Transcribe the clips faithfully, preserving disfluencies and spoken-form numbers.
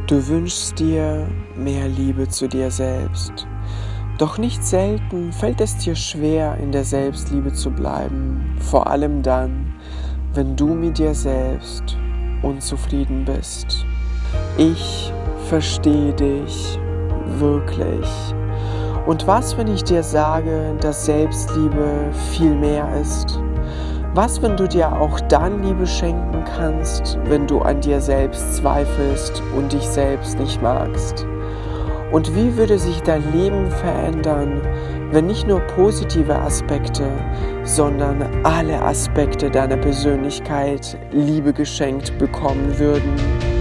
Du wünschst dir mehr Liebe zu dir selbst. Doch nicht selten fällt es dir schwer, in der Selbstliebe zu bleiben, vor allem dann, wenn du mit dir selbst unzufrieden bist. Ich verstehe dich wirklich. Und was, wenn ich dir sage, dass Selbstliebe viel mehr ist? Was, wenn du dir auch dann Liebe schenken kannst, wenn du an dir selbst zweifelst und dich selbst nicht magst? Und wie würde sich dein Leben verändern, wenn nicht nur positive Aspekte, sondern alle Aspekte deiner Persönlichkeit Liebe geschenkt bekommen würden?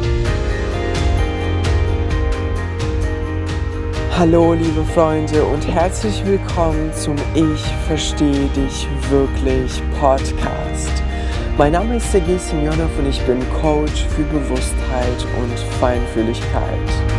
Hallo liebe Freunde und herzlich willkommen zum Ich verstehe dich wirklich Podcast. Mein Name ist Sergej Semjonov und ich bin Coach für Bewusstheit und Feinfühligkeit.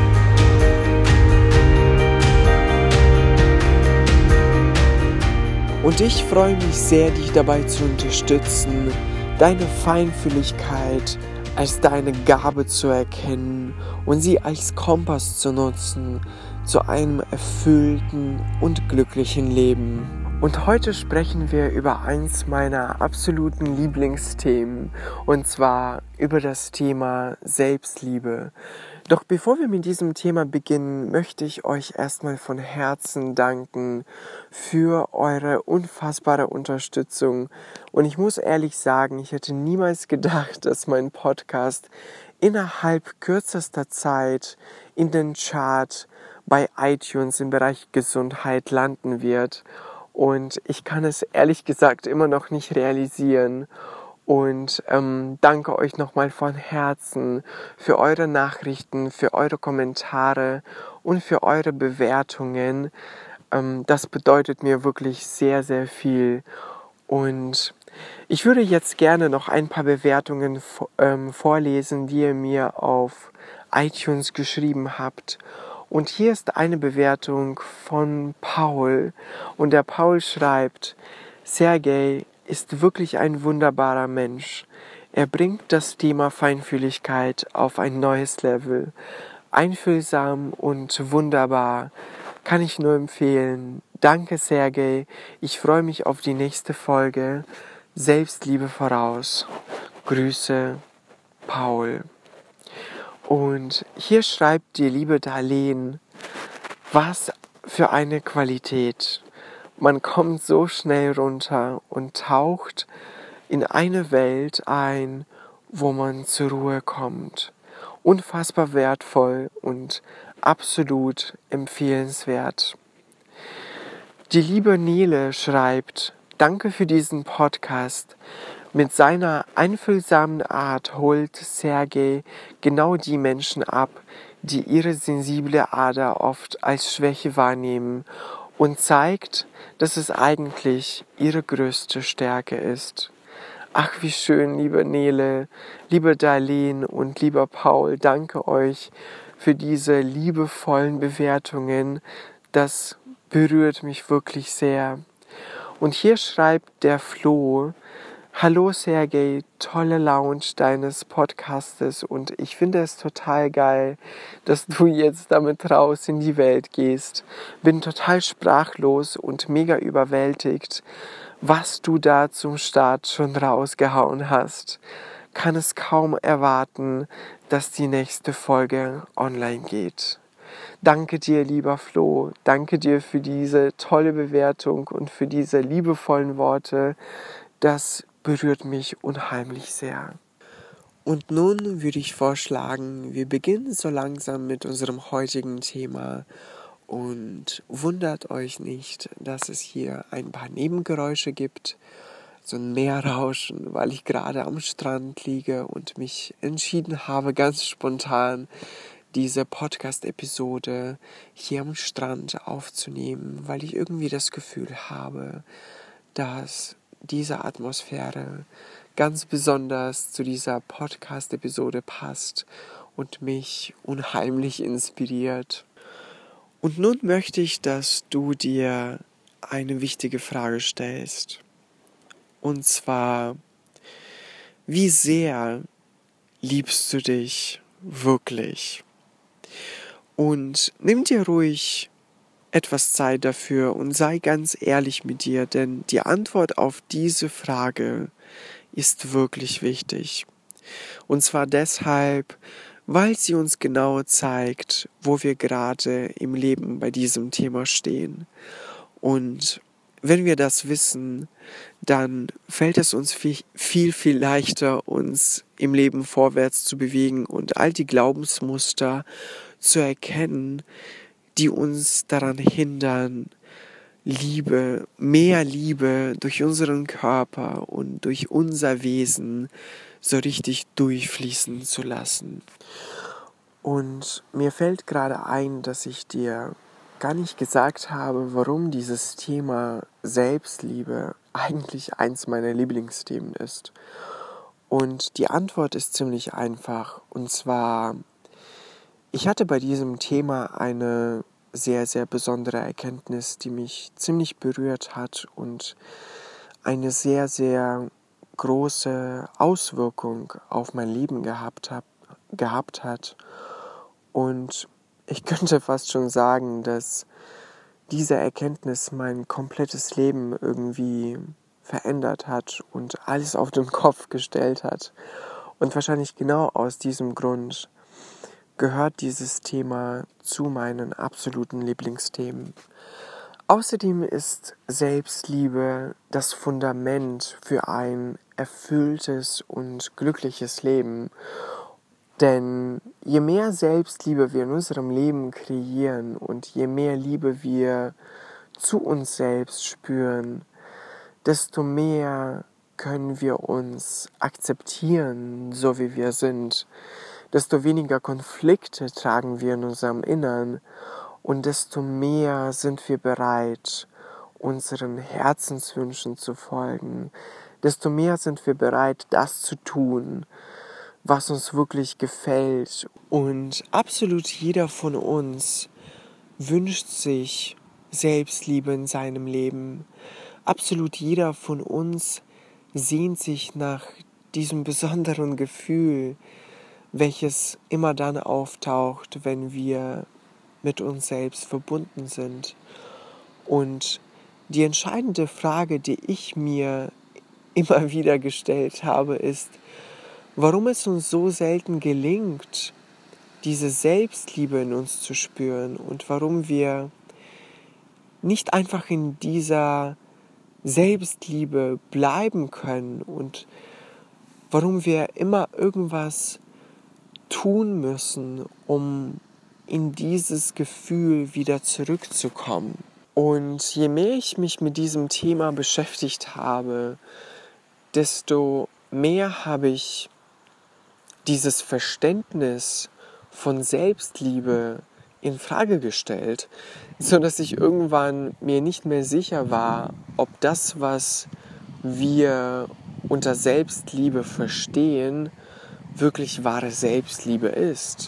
Und ich freue mich sehr, dich dabei zu unterstützen, deine Feinfühligkeit als deine Gabe zu erkennen und sie als Kompass zu nutzen zu einem erfüllten und glücklichen Leben. Und heute sprechen wir über eins meiner absoluten Lieblingsthemen, und zwar über das Thema Selbstliebe. Doch bevor wir mit diesem Thema beginnen, möchte ich euch erstmal von Herzen danken für eure unfassbare Unterstützung. Und ich muss ehrlich sagen, ich hätte niemals gedacht, dass mein Podcast innerhalb kürzester Zeit in den Chart bei iTunes im Bereich Gesundheit landen wird. Und ich kann es ehrlich gesagt immer noch nicht realisieren. Und ähm, danke euch nochmal von Herzen für eure Nachrichten, für eure Kommentare und für eure Bewertungen. Ähm, das bedeutet mir wirklich sehr, sehr viel. Und ich würde jetzt gerne noch ein paar Bewertungen ähm, vorlesen, die ihr mir auf iTunes geschrieben habt. Und hier ist eine Bewertung von Paul. Und der Paul schreibt: Sergej ist wirklich ein wunderbarer Mensch. Er bringt das Thema Feinfühligkeit auf ein neues Level. Einfühlsam und wunderbar. Kann ich nur empfehlen. Danke, Sergej. Ich freue mich auf die nächste Folge. Selbstliebe voraus. Grüße, Paul. Und hier schreibt die liebe Darlene: Was für eine Qualität. Man kommt so schnell runter und taucht in eine Welt ein, wo man zur Ruhe kommt. Unfassbar wertvoll und absolut empfehlenswert. Die liebe Nele schreibt: Danke für diesen Podcast. Mit seiner einfühlsamen Art holt Sergej genau die Menschen ab, die ihre sensible Ader oft als Schwäche wahrnehmen, und zeigt, dass es eigentlich ihre größte Stärke ist. Ach, wie schön, liebe Nele, liebe Darlene und lieber Paul, danke euch für diese liebevollen Bewertungen. Das berührt mich wirklich sehr. Und hier schreibt der Flo: Hallo Sergej, tolle Lounge deines Podcastes, und ich finde es total geil, dass du jetzt damit raus in die Welt gehst. Bin total sprachlos und mega überwältigt, was du da zum Start schon rausgehauen hast. Kann es kaum erwarten, dass die nächste Folge online geht. Danke dir, lieber Flo, danke dir für diese tolle Bewertung und für diese liebevollen Worte. Das berührt mich unheimlich sehr. Und nun würde ich vorschlagen, wir beginnen so langsam mit unserem heutigen Thema. Und wundert euch nicht, dass es hier ein paar Nebengeräusche gibt, so ein Meerrauschen, weil ich gerade am Strand liege und mich entschieden habe, ganz spontan diese Podcast-Episode hier am Strand aufzunehmen, weil ich irgendwie das Gefühl habe, dass diese Atmosphäre ganz besonders zu dieser Podcast-Episode passt und mich unheimlich inspiriert. Und nun möchte ich, dass du dir eine wichtige Frage stellst. Und zwar: Wie sehr liebst du dich wirklich? Und nimm dir ruhig etwas Zeit dafür und sei ganz ehrlich mit dir, denn die Antwort auf diese Frage ist wirklich wichtig. Und zwar deshalb, weil sie uns genau zeigt, wo wir gerade im Leben bei diesem Thema stehen. Und wenn wir das wissen, dann fällt es uns viel, viel, viel leichter, uns im Leben vorwärts zu bewegen und all die Glaubensmuster zu erkennen, die uns daran hindern, Liebe, mehr Liebe durch unseren Körper und durch unser Wesen so richtig durchfließen zu lassen. Und mir fällt gerade ein, dass ich dir gar nicht gesagt habe, warum dieses Thema Selbstliebe eigentlich eins meiner Lieblingsthemen ist. Und die Antwort ist ziemlich einfach. Und zwar, ich hatte bei diesem Thema eine sehr, sehr besondere Erkenntnis, die mich ziemlich berührt hat und eine sehr, sehr große Auswirkung auf mein Leben gehabt, hab, gehabt hat. Und ich könnte fast schon sagen, dass diese Erkenntnis mein komplettes Leben irgendwie verändert hat und alles auf den Kopf gestellt hat. Und wahrscheinlich genau aus diesem Grund gehört dieses Thema zu meinen absoluten Lieblingsthemen. Außerdem ist Selbstliebe das Fundament für ein erfülltes und glückliches Leben. Denn je mehr Selbstliebe wir in unserem Leben kreieren und je mehr Liebe wir zu uns selbst spüren, desto mehr können wir uns akzeptieren, so wie wir sind. Desto weniger Konflikte tragen wir in unserem Innern und desto mehr sind wir bereit, unseren Herzenswünschen zu folgen. Desto mehr sind wir bereit, das zu tun, was uns wirklich gefällt. Und absolut jeder von uns wünscht sich Selbstliebe in seinem Leben. Absolut jeder von uns sehnt sich nach diesem besonderen Gefühl, welches immer dann auftaucht, wenn wir mit uns selbst verbunden sind. Und die entscheidende Frage, die ich mir immer wieder gestellt habe, ist, warum es uns so selten gelingt, diese Selbstliebe in uns zu spüren und warum wir nicht einfach in dieser Selbstliebe bleiben können und warum wir immer irgendwas tun müssen, um in dieses Gefühl wieder zurückzukommen. Und je mehr ich mich mit diesem Thema beschäftigt habe, desto mehr habe ich dieses Verständnis von Selbstliebe in Frage gestellt, so dass ich irgendwann mir nicht mehr sicher war, ob das, was wir unter Selbstliebe verstehen, wirklich wahre Selbstliebe ist.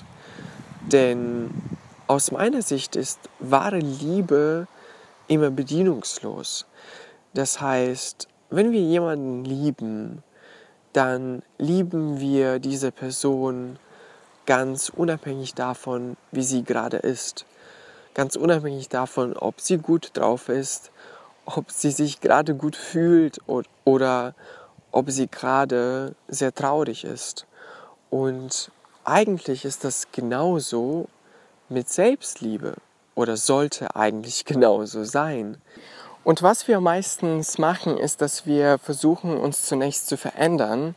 Denn aus meiner Sicht ist wahre Liebe immer bedingungslos. Das heißt, wenn wir jemanden lieben, dann lieben wir diese Person ganz unabhängig davon, wie sie gerade ist. Ganz unabhängig davon, ob sie gut drauf ist, ob sie sich gerade gut fühlt oder ob sie gerade sehr traurig ist. Und eigentlich ist das genauso mit Selbstliebe oder sollte eigentlich genauso sein. Und was wir meistens machen, ist, dass wir versuchen, uns zunächst zu verändern,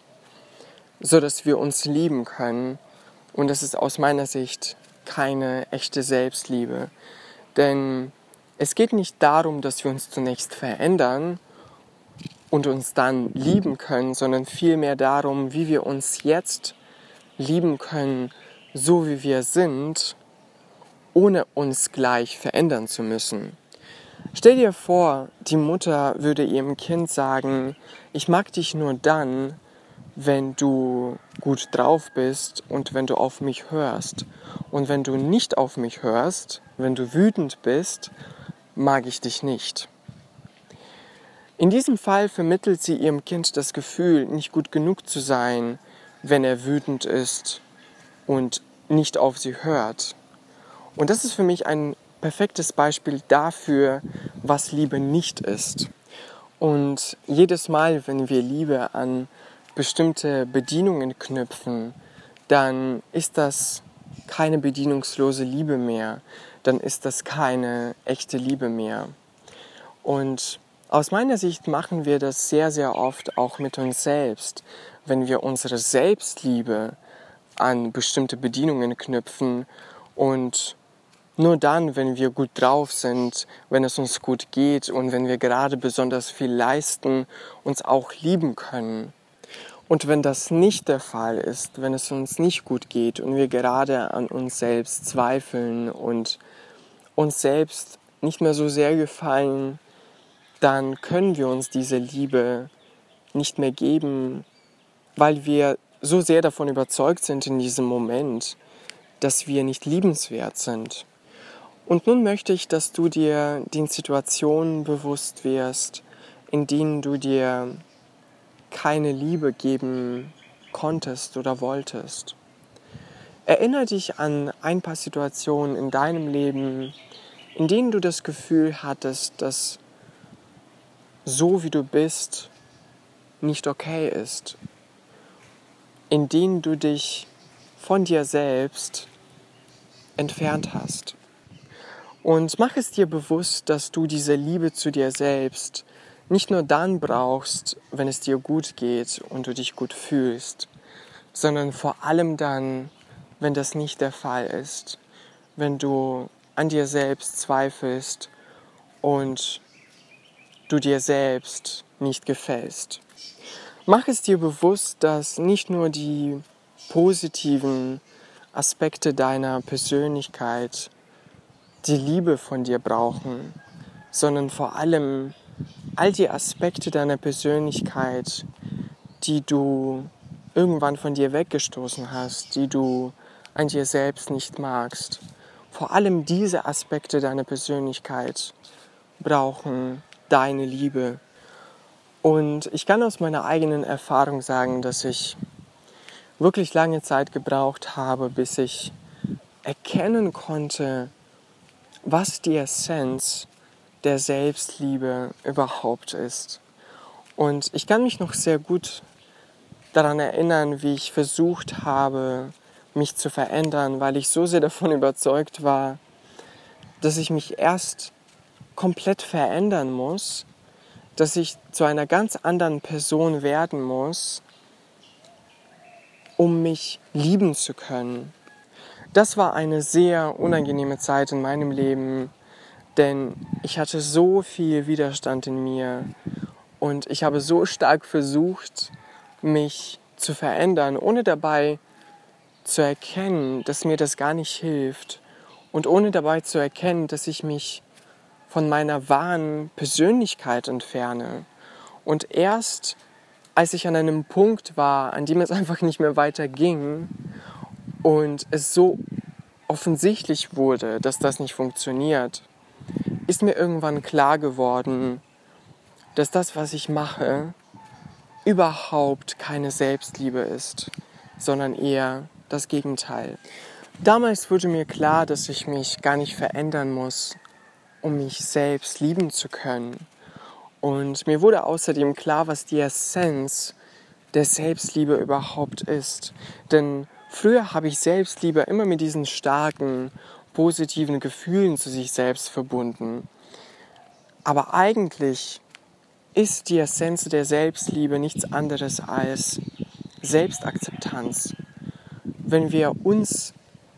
so dass wir uns lieben können. Und das ist aus meiner Sicht keine echte Selbstliebe. Denn es geht nicht darum, dass wir uns zunächst verändern und uns dann lieben können, sondern vielmehr darum, wie wir uns jetzt lieben können, so wie wir sind, ohne uns gleich verändern zu müssen. Stell dir vor, die Mutter würde ihrem Kind sagen, ich mag dich nur dann, wenn du gut drauf bist und wenn du auf mich hörst. Und wenn du nicht auf mich hörst, wenn du wütend bist, mag ich dich nicht. In diesem Fall vermittelt sie ihrem Kind das Gefühl, nicht gut genug zu sein, wenn er wütend ist und nicht auf sie hört. Und das ist für mich ein perfektes Beispiel dafür, was Liebe nicht ist. Und jedes Mal, wenn wir Liebe an bestimmte Bedienungen knüpfen, dann ist das keine bedienungslose Liebe mehr, dann ist das keine echte Liebe mehr. Und aus meiner Sicht machen wir das sehr, sehr oft auch mit uns selbst, wenn wir unsere Selbstliebe an bestimmte Bedienungen knüpfen und nur dann, wenn wir gut drauf sind, wenn es uns gut geht und wenn wir gerade besonders viel leisten, uns auch lieben können. Und wenn das nicht der Fall ist, wenn es uns nicht gut geht und wir gerade an uns selbst zweifeln und uns selbst nicht mehr so sehr gefallen, dann können wir uns diese Liebe nicht mehr geben, weil wir so sehr davon überzeugt sind in diesem Moment, dass wir nicht liebenswert sind. Und nun möchte ich, dass du dir den Situationen bewusst wirst, in denen du dir keine Liebe geben konntest oder wolltest. Erinnere dich an ein paar Situationen in deinem Leben, in denen du das Gefühl hattest, dass so wie du bist nicht okay ist, in denen du dich von dir selbst entfernt hast. Und mach es dir bewusst, dass du diese Liebe zu dir selbst nicht nur dann brauchst, wenn es dir gut geht und du dich gut fühlst, sondern vor allem dann, wenn das nicht der Fall ist, wenn du an dir selbst zweifelst und du dir selbst nicht gefällst. Mach es dir bewusst, dass nicht nur die positiven Aspekte deiner Persönlichkeit die Liebe von dir brauchen, sondern vor allem all die Aspekte deiner Persönlichkeit, die du irgendwann von dir weggestoßen hast, die du an dir selbst nicht magst. Vor allem diese Aspekte deiner Persönlichkeit brauchen deine Liebe. Und ich kann aus meiner eigenen Erfahrung sagen, dass ich wirklich lange Zeit gebraucht habe, bis ich erkennen konnte, was die Essenz der Selbstliebe überhaupt ist. Und ich kann mich noch sehr gut daran erinnern, wie ich versucht habe, mich zu verändern, weil ich so sehr davon überzeugt war, dass ich mich erst komplett verändern muss, dass ich zu einer ganz anderen Person werden muss, um mich lieben zu können. Das war eine sehr unangenehme Zeit in meinem Leben, denn ich hatte so viel Widerstand in mir und ich habe so stark versucht, mich zu verändern, ohne dabei zu erkennen, dass mir das gar nicht hilft und ohne dabei zu erkennen, dass ich mich von meiner wahren Persönlichkeit entferne. Und erst als ich an einem Punkt war, an dem es einfach nicht mehr weiter ging und es so offensichtlich wurde, dass das nicht funktioniert, ist mir irgendwann klar geworden, dass das, was ich mache, überhaupt keine Selbstliebe ist, sondern eher das Gegenteil. Damals wurde mir klar, dass ich mich gar nicht verändern muss, um mich selbst lieben zu können. Und mir wurde außerdem klar, was die Essenz der Selbstliebe überhaupt ist. Denn früher habe ich Selbstliebe immer mit diesen starken, positiven Gefühlen zu sich selbst verbunden. Aber eigentlich ist die Essenz der Selbstliebe nichts anderes als Selbstakzeptanz. Wenn wir uns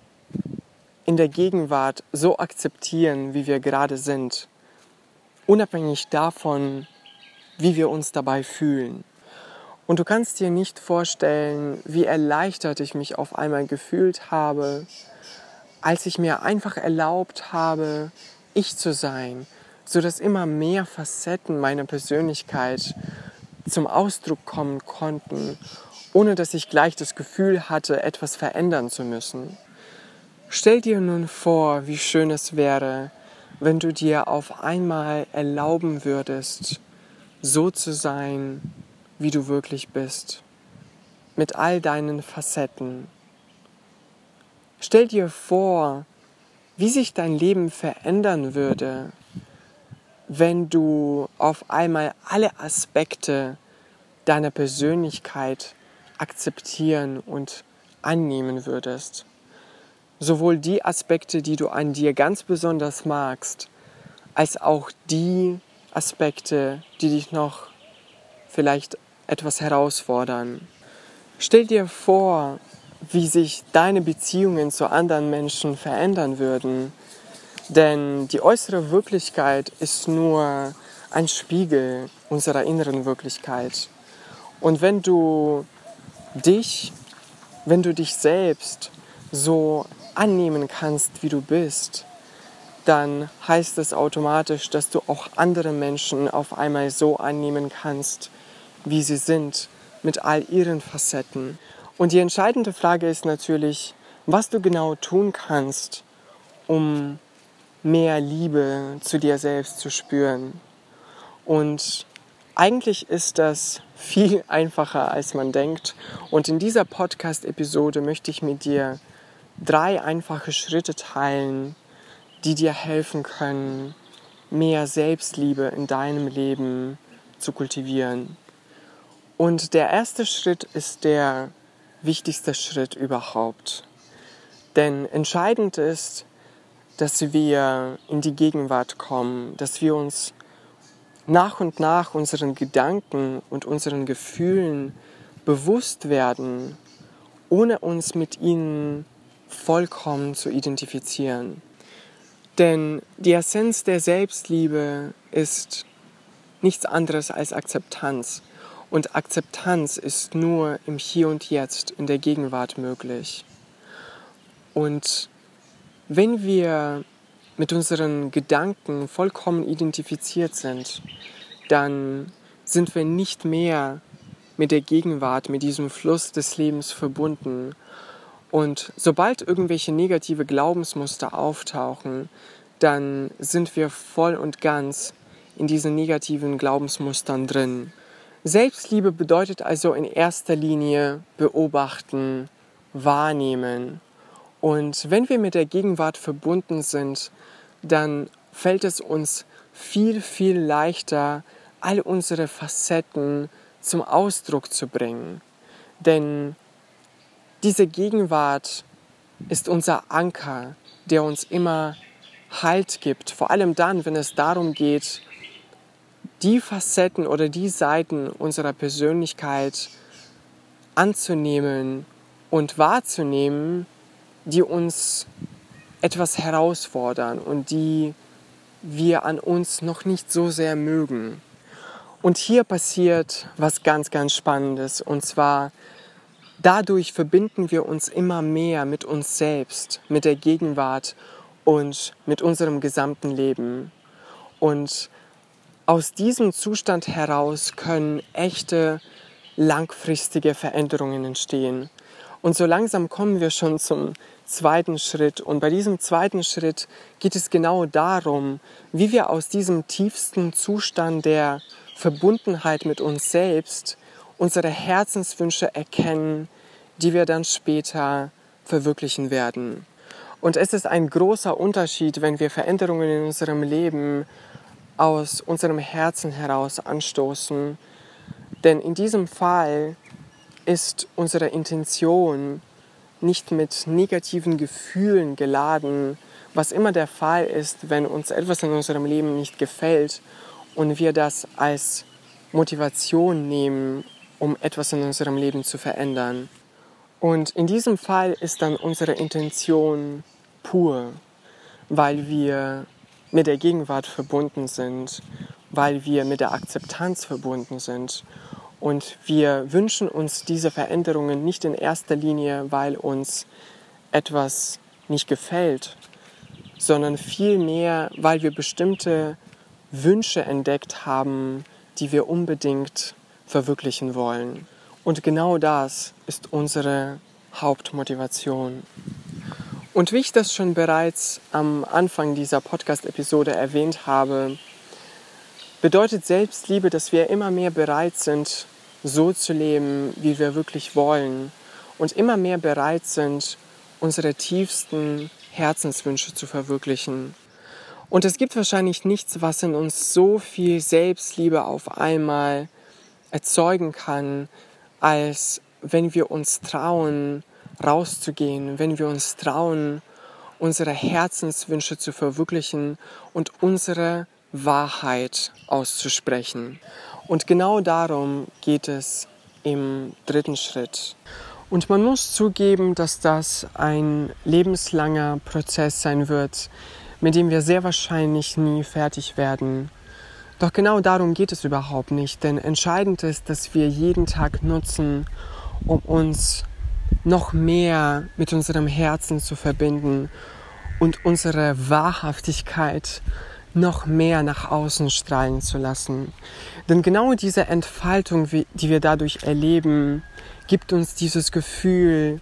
in der Gegenwart so akzeptieren, wie wir gerade sind, unabhängig davon, wie wir uns dabei fühlen. Und du kannst dir nicht vorstellen, wie erleichtert ich mich auf einmal gefühlt habe, als ich mir einfach erlaubt habe, ich zu sein, sodass immer mehr Facetten meiner Persönlichkeit zum Ausdruck kommen konnten, ohne dass ich gleich das Gefühl hatte, etwas verändern zu müssen. Stell dir nun vor, wie schön es wäre, wenn du dir auf einmal erlauben würdest, so zu sein, wie du wirklich bist, mit all deinen Facetten. Stell dir vor, wie sich dein Leben verändern würde, wenn du auf einmal alle Aspekte deiner Persönlichkeit akzeptieren und annehmen würdest. Sowohl die Aspekte, die du an dir ganz besonders magst, als auch die Aspekte, die dich noch vielleicht etwas herausfordern. Stell dir vor, wie sich deine Beziehungen zu anderen Menschen verändern würden. Denn die äußere Wirklichkeit ist nur ein Spiegel unserer inneren Wirklichkeit. Und wenn du dich, wenn du dich selbst so annehmen kannst, wie du bist, dann heißt es automatisch, dass du auch andere Menschen auf einmal so annehmen kannst, wie sie sind, mit all ihren Facetten. Und die entscheidende Frage ist natürlich, was du genau tun kannst, um mehr Liebe zu dir selbst zu spüren. Und eigentlich ist das viel einfacher, als man denkt. Und in dieser Podcast-Episode möchte ich mit dir drei einfache Schritte teilen, die dir helfen können, mehr Selbstliebe in deinem Leben zu kultivieren. Und der erste Schritt ist der wichtigste Schritt überhaupt. Denn entscheidend ist, dass wir in die Gegenwart kommen, dass wir uns nach und nach unseren Gedanken und unseren Gefühlen bewusst werden, ohne uns mit ihnen vollkommen zu identifizieren. Denn die Essenz der Selbstliebe ist nichts anderes als Akzeptanz. Und Akzeptanz ist nur im Hier und Jetzt, in der Gegenwart möglich. Und wenn wir mit unseren Gedanken vollkommen identifiziert sind, dann sind wir nicht mehr mit der Gegenwart, mit diesem Fluss des Lebens verbunden. Und sobald irgendwelche negative Glaubensmuster auftauchen, dann sind wir voll und ganz in diesen negativen Glaubensmustern drin. Selbstliebe bedeutet also in erster Linie beobachten, wahrnehmen. Und wenn wir mit der Gegenwart verbunden sind, dann fällt es uns viel, viel leichter, all unsere Facetten zum Ausdruck zu bringen. Denn diese Gegenwart ist unser Anker, der uns immer Halt gibt. Vor allem dann, wenn es darum geht, die Facetten oder die Seiten unserer Persönlichkeit anzunehmen und wahrzunehmen, die uns etwas herausfordern und die wir an uns noch nicht so sehr mögen. Und hier passiert was ganz, ganz Spannendes. Und zwar, dadurch verbinden wir uns immer mehr mit uns selbst, mit der Gegenwart und mit unserem gesamten Leben. Und aus diesem Zustand heraus können echte, langfristige Veränderungen entstehen. Und so langsam kommen wir schon zum zweiten Schritt. Und bei diesem zweiten Schritt geht es genau darum, wie wir aus diesem tiefsten Zustand der Verbundenheit mit uns selbst unsere Herzenswünsche erkennen, die wir dann später verwirklichen werden. Und es ist ein großer Unterschied, wenn wir Veränderungen in unserem Leben aus unserem Herzen heraus anstoßen. Denn in diesem Fall ist unsere Intention nicht mit negativen Gefühlen geladen, was immer der Fall ist, wenn uns etwas in unserem Leben nicht gefällt und wir das als Motivation nehmen, um etwas in unserem Leben zu verändern. Und in diesem Fall ist dann unsere Intention pur, weil wir mit der Gegenwart verbunden sind, weil wir mit der Akzeptanz verbunden sind. Und wir wünschen uns diese Veränderungen nicht in erster Linie, weil uns etwas nicht gefällt, sondern vielmehr, weil wir bestimmte Wünsche entdeckt haben, die wir unbedingt verwirklichen wollen. Und genau das ist unsere Hauptmotivation. Und wie ich das schon bereits am Anfang dieser Podcast-Episode erwähnt habe, bedeutet Selbstliebe, dass wir immer mehr bereit sind, so zu leben, wie wir wirklich wollen und immer mehr bereit sind, unsere tiefsten Herzenswünsche zu verwirklichen. Und es gibt wahrscheinlich nichts, was in uns so viel Selbstliebe auf einmal erzeugen kann, als wenn wir uns trauen, rauszugehen, wenn wir uns trauen, unsere Herzenswünsche zu verwirklichen und unsere Wahrheit auszusprechen. Und genau darum geht es im dritten Schritt. Und man muss zugeben, dass das ein lebenslanger Prozess sein wird, mit dem wir sehr wahrscheinlich nie fertig werden. Doch genau darum geht es überhaupt nicht, denn entscheidend ist, dass wir jeden Tag nutzen, um uns noch mehr mit unserem Herzen zu verbinden und unsere Wahrhaftigkeit noch mehr nach außen strahlen zu lassen. Denn genau diese Entfaltung, die wir dadurch erleben, gibt uns dieses Gefühl,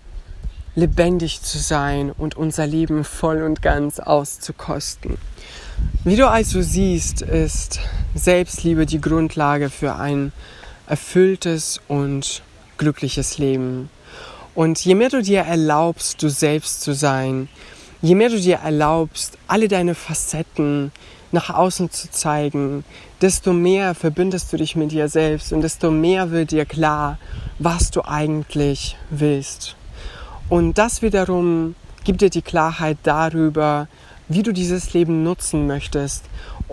lebendig zu sein und unser Leben voll und ganz auszukosten. Wie du also siehst, ist Selbstliebe die Grundlage für ein erfülltes und glückliches Leben. Und je mehr du dir erlaubst, du selbst zu sein, je mehr du dir erlaubst, alle deine Facetten nach außen zu zeigen, desto mehr verbindest du dich mit dir selbst und desto mehr wird dir klar, was du eigentlich willst. Und das wiederum gibt dir die Klarheit darüber, wie du dieses Leben nutzen möchtest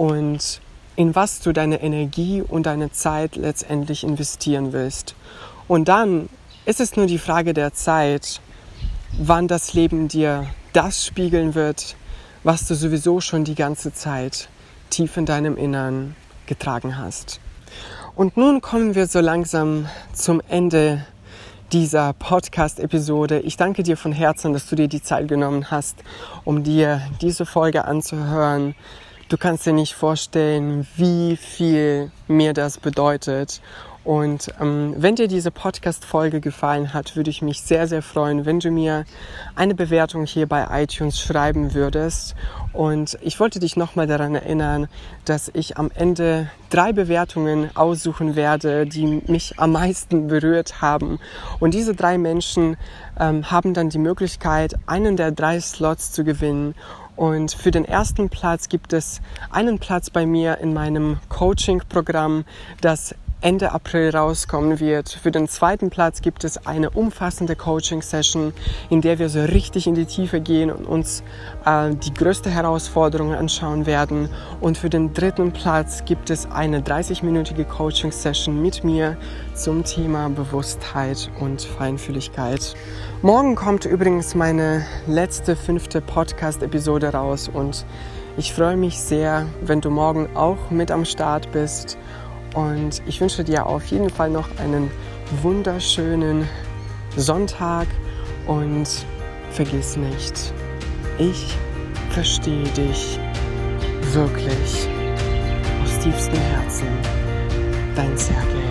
und in was du deine Energie und deine Zeit letztendlich investieren willst. Und dann ist es nur die Frage der Zeit, wann das Leben dir das spiegeln wird, was du sowieso schon die ganze Zeit tief in deinem Innern getragen hast. Und nun kommen wir so langsam zum Ende dieser Podcast-Episode. Ich danke dir von Herzen, dass du dir die Zeit genommen hast, um dir diese Folge anzuhören. Du kannst dir nicht vorstellen, wie viel mir das bedeutet. Und ähm, wenn dir diese Podcast-Folge gefallen hat, würde ich mich sehr, sehr freuen, wenn du mir eine Bewertung hier bei iTunes schreiben würdest. Und ich wollte dich nochmal daran erinnern, dass ich am Ende drei Bewertungen aussuchen werde, die mich am meisten berührt haben. Und diese drei Menschen ähm, haben dann die Möglichkeit, einen der drei Slots zu gewinnen. Und für den ersten Platz gibt es einen Platz bei mir in meinem Coaching-Programm, das Ende April rauskommen wird. Für den zweiten Platz gibt es eine umfassende Coaching-Session, in der wir so richtig in die Tiefe gehen und uns äh, die größte Herausforderung anschauen werden. Und für den dritten Platz gibt es eine dreißig-minütige Coaching-Session mit mir zum Thema Bewusstheit und Feinfühligkeit. Morgen kommt übrigens meine letzte, fünfte Podcast-Episode raus und ich freue mich sehr, wenn du morgen auch mit am Start bist. Und ich wünsche dir auf jeden Fall noch einen wunderschönen Sonntag und vergiss nicht, ich verstehe dich wirklich aus tiefstem Herzen. Dein Sergej.